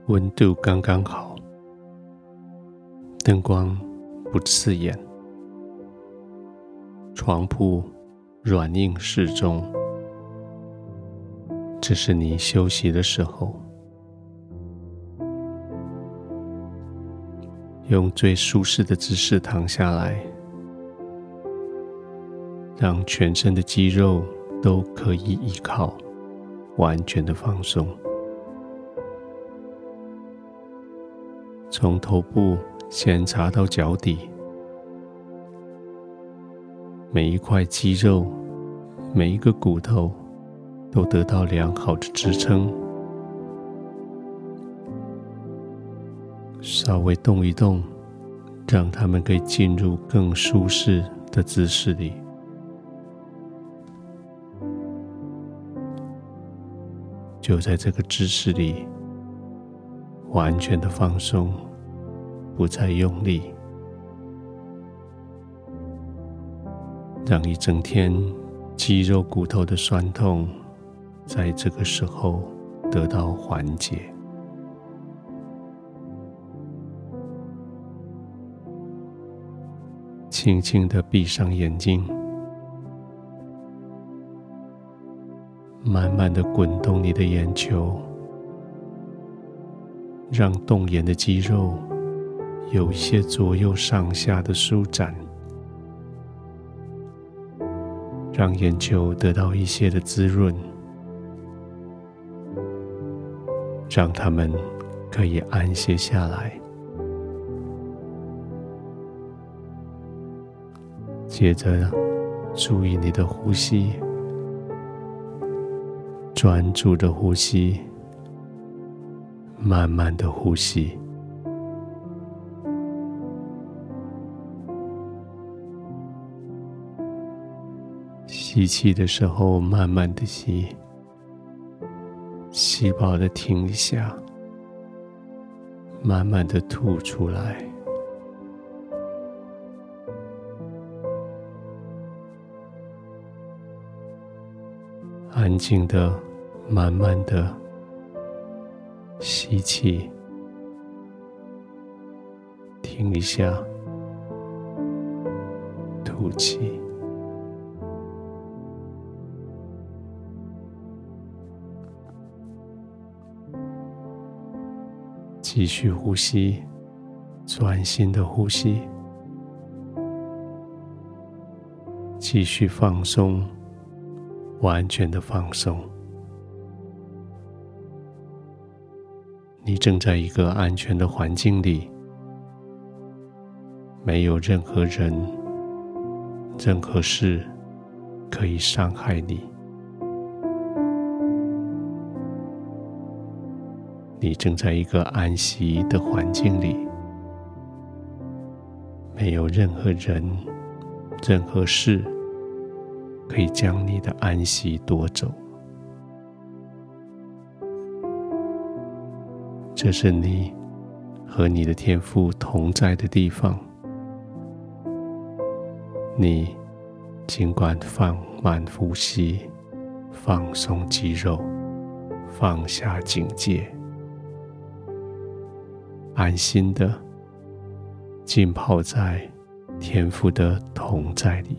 温度刚刚好，灯光不刺眼，床铺软硬适中。这是你休息的时候，用最舒适的姿势躺下来，让全身的肌肉都可以依靠，完全的放松。从头部先插到脚底，每一块肌肉，每一个骨头都得到良好的支撑。稍微动一动，让它们可以进入更舒适的姿势里。就在这个姿势里，完全的放松，不再用力，让一整天肌肉骨头的酸痛在这个时候得到缓解。轻轻地闭上眼睛，慢慢地滚动你的眼球，让动眼的肌肉有一些左右上下的舒展，让眼球得到一些的滋润，让它们可以安歇下来。接着注意你的呼吸，专注的呼吸，慢慢的呼吸。吸气的时候慢慢的吸，吸饱了停一下，慢慢的吐出来。安静的慢慢的吸气，停一下，吐气。继续呼吸，专心的呼吸，继续放松，完全的放松。你正在一个安全的环境里，没有任何人、任何事可以伤害你。你正在一个安息的环境里，没有任何人、任何事可以将你的安息夺走。这是你和你的天父同在的地方。你尽管放慢呼吸，放松肌肉，放下警戒，安心的浸泡在天父的同在里，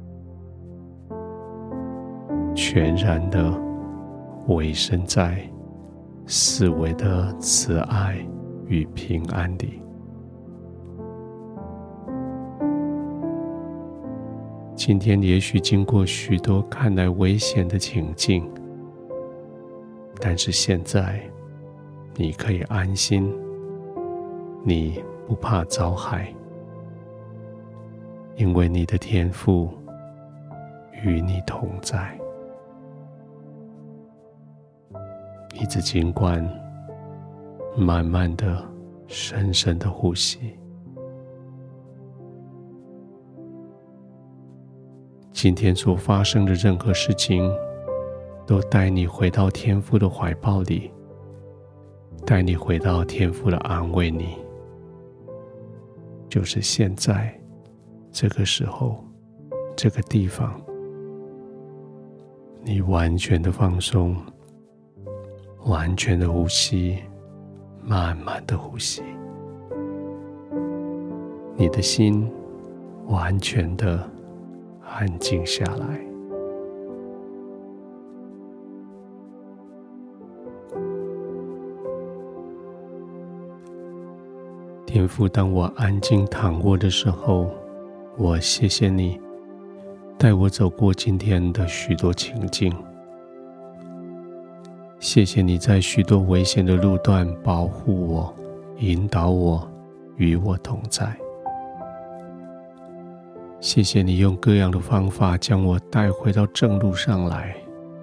全然的委身在四维的慈爱与平安里。今天也许经过许多看来危险的情境，但是现在你可以安心，你不怕遭害，因为你的天父与你同在。一直尽管慢慢的、深深的呼吸。今天所发生的任何事情，都带你回到天父的怀抱里，带你回到天父的安慰你。就是现在，这个时候，这个地方，你完全的放松，完全的呼吸， 慢慢的呼吸，你的心完全的安静下来。天父，当我安静躺卧的时候，我谢谢你带我走过今天的许多情境，谢谢你在许多危险的路段保护我、引导我、与我同在。谢谢你用各样的方法将我带回到正路上来。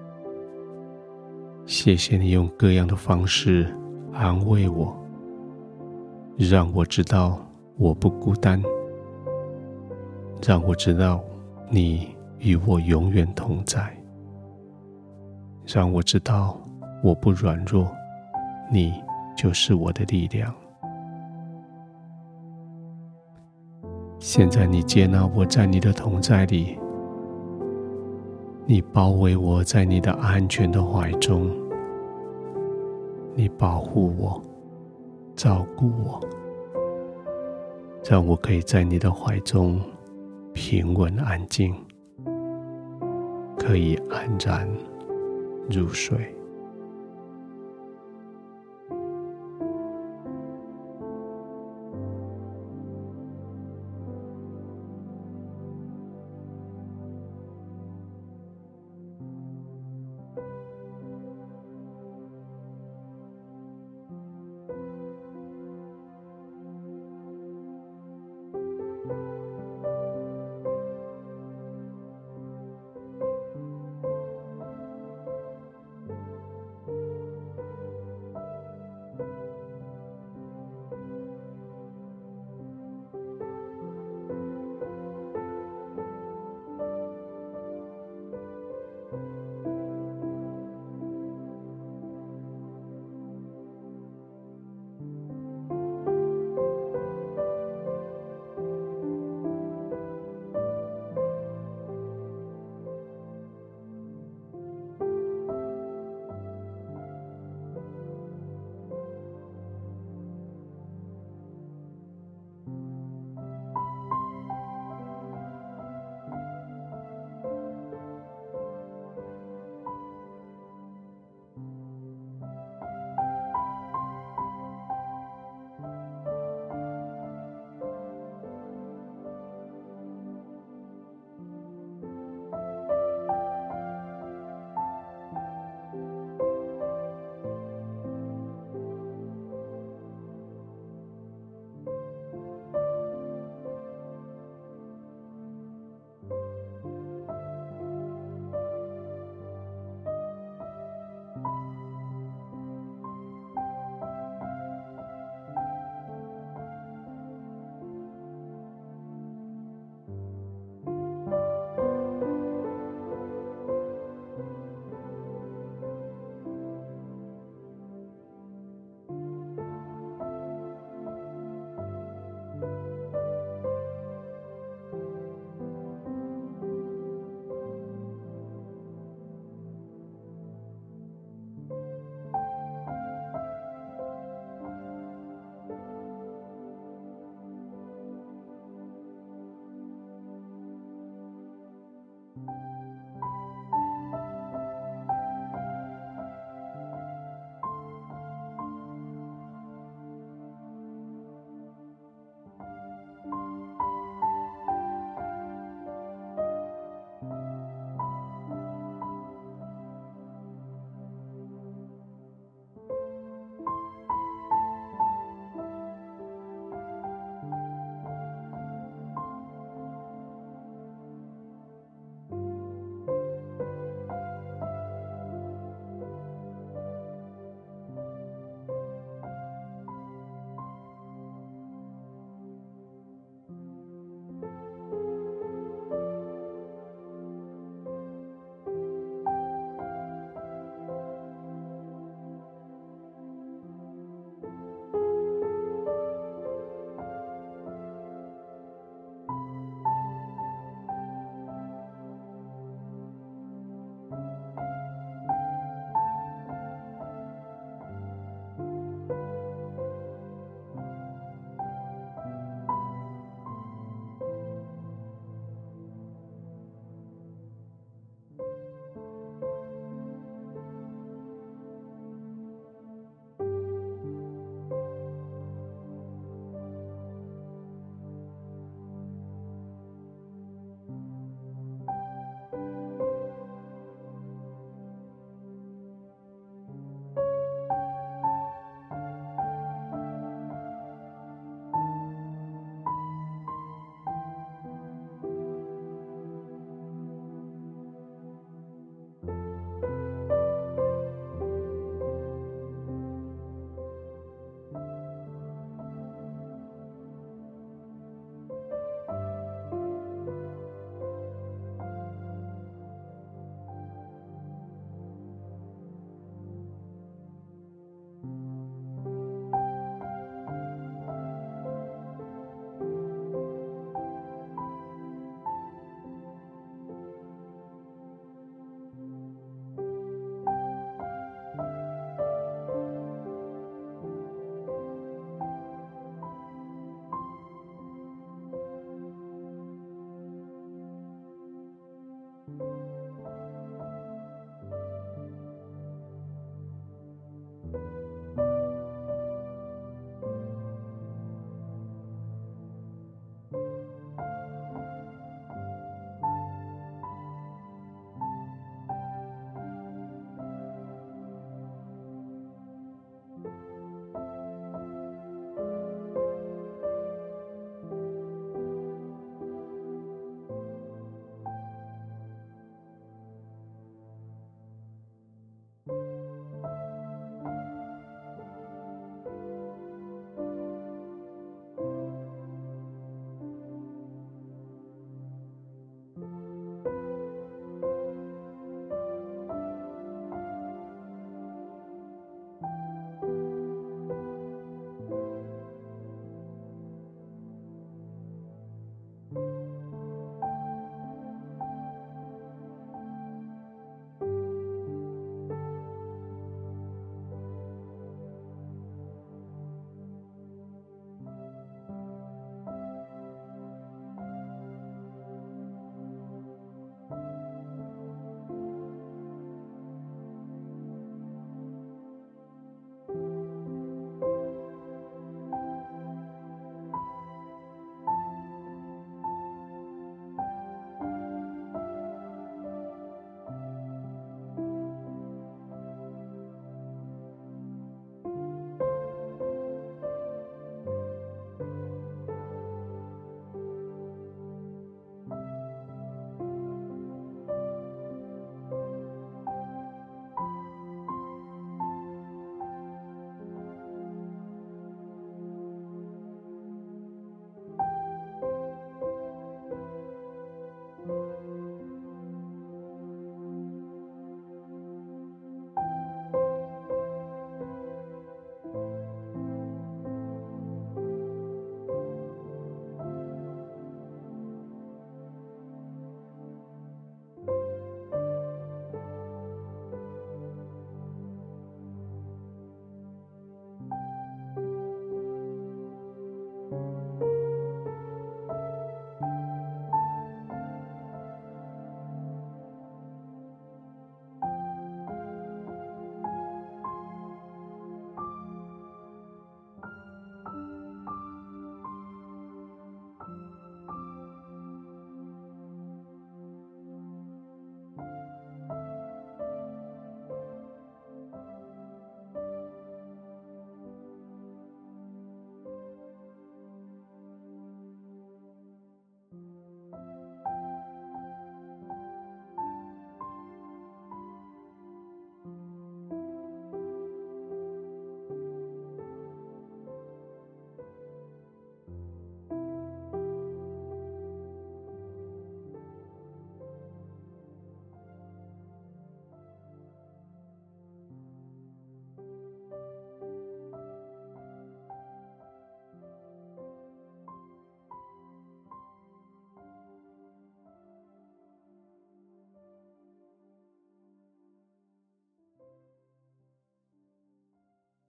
谢谢你用各样的方式安慰我，让我知道我不孤单，让我知道你与我永远同在，让我知道我不软弱，你就是我的力量。现在你接纳我在你的同在里，你包围我在你的安全的怀中，你保护我，照顾我，让我可以在你的怀中平稳安静，可以安然入睡。